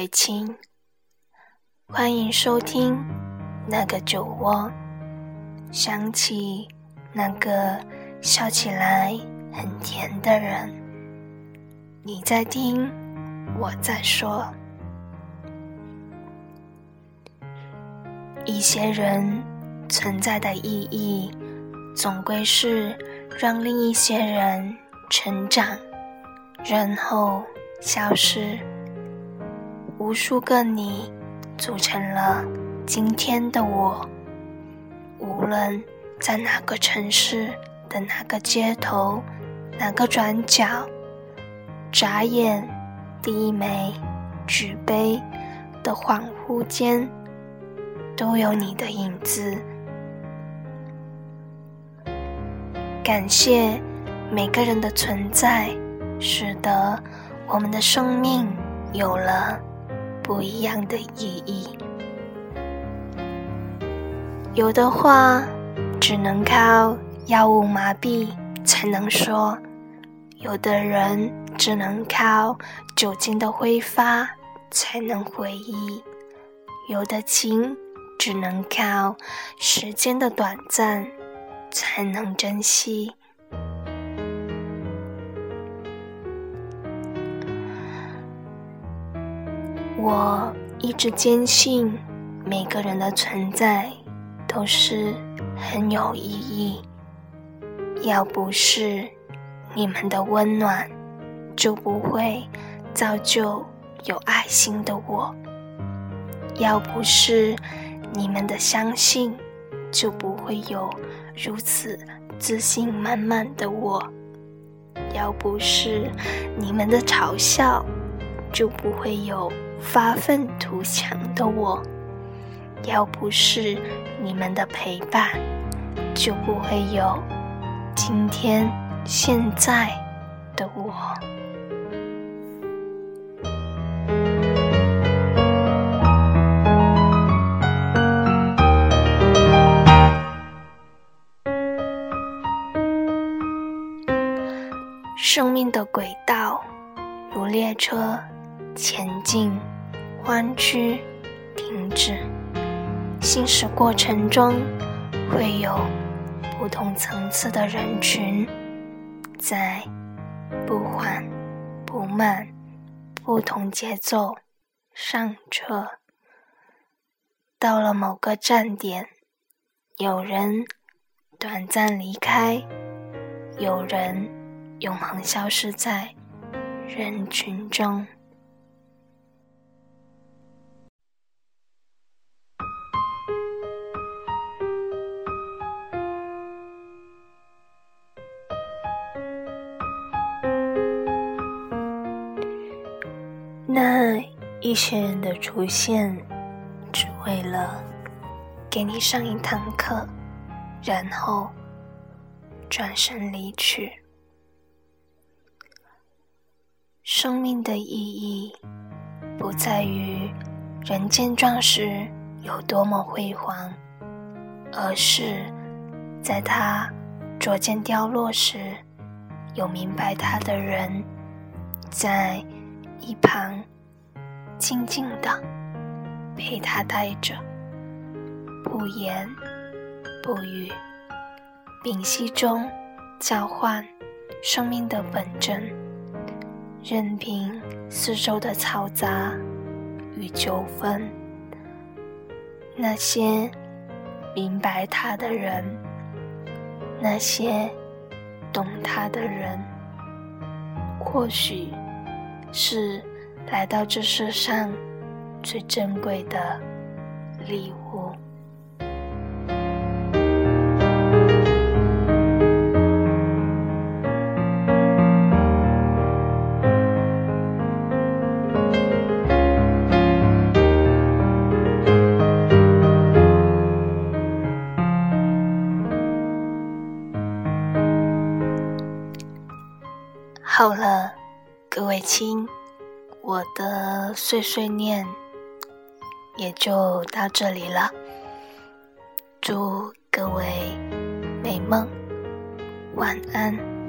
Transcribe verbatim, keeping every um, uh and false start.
位亲，欢迎收听那个酒窝，想起那个笑起来很甜的人。你在听，我在说。一些人存在的意义，总归是让另一些人成长，然后消失。无数个你组成了今天的我，无论在哪个城市的哪个街头，哪个转角，眨眼、低眉、举杯的恍惚间，都有你的影子。感谢每个人的存在，使得我们的生命有了不一样的意义。有的话只能靠药物麻痹才能说，有的人只能靠酒精的挥发才能回忆，有的情只能靠时间的短暂才能珍惜。我一直坚信每个人的存在都是很有意义，要不是你们的温暖，就不会造就有爱心的我，要不是你们的相信，就不会有如此自信满满的我，要不是你们的嘲笑，就不会有发愤图强的我，要不是你们的陪伴，就不会有今天现在的我。生命的轨道如列车前进、弯曲、停止，行驶过程中会有不同层次的人群，在不缓不慢、不同节奏上车。到了某个站点，有人短暂离开，有人永恒消失在人群中。那一些人的出现，只为了给你上一堂课，然后转身离去。生命的意义不在于人间壮时有多么辉煌，而是在它逐渐凋落时，有明白它的人在一旁静静地陪他待着，不言不语，屏息中交换生命的本真，任凭四周的嘈杂与纠纷。那些明白他的人，那些懂他的人，或许是来到这世上最珍贵的礼物。好了，各位亲，我的碎碎念也就到这里了。祝各位美梦，晚安。